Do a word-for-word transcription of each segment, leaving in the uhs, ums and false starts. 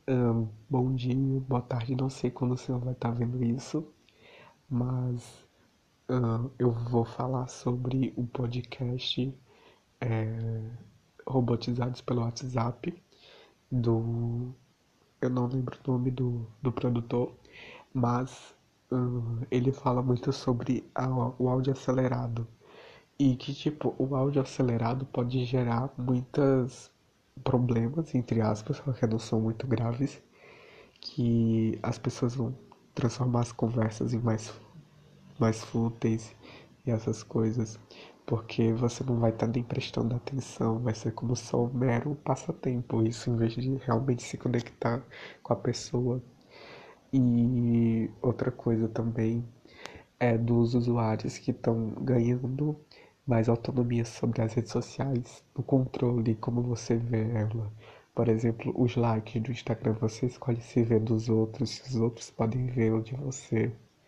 Ahn, bom dia, boa tarde, não sei quando o senhor vai estar vendo isso, mas ahn, eu vou falar sobre o podcast é, Robotizados pelo WhatsApp, do. Eu não lembro o nome do, do produtor, mas ahn, ele fala muito sobre a- o áudio acelerado. E que, tipo, o áudio acelerado pode gerar muitos problemas, entre aspas, porque não são muito graves, que as pessoas vão transformar as conversas em mais, mais fúteis e essas coisas, porque você não vai estar nem prestando atenção, vai ser como só um mero passatempo, isso em vez de realmente se conectar com a pessoa. E outra coisa também é dos usuários que estão ganhando mais autonomia sobre as redes sociais, no controle, como você vê ela. Por exemplo, os likes do Instagram, você escolhe se ver dos outros, se os outros podem ver o de você.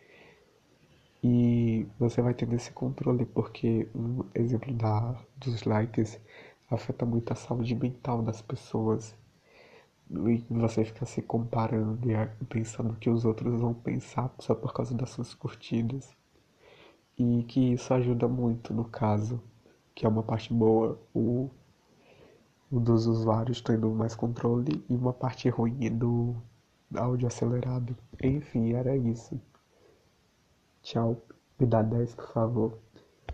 E você vai tendo esse controle, porque um exemplo da, dos likes afeta muito a saúde mental das pessoas. E você fica se comparando e pensando o que os outros vão pensar só por causa das suas curtidas. E que isso ajuda muito no caso, que é uma parte boa, o, o dos usuários tendo mais controle e uma parte ruim do áudio acelerado. Enfim, era isso. Tchau. Me dá dez por favor.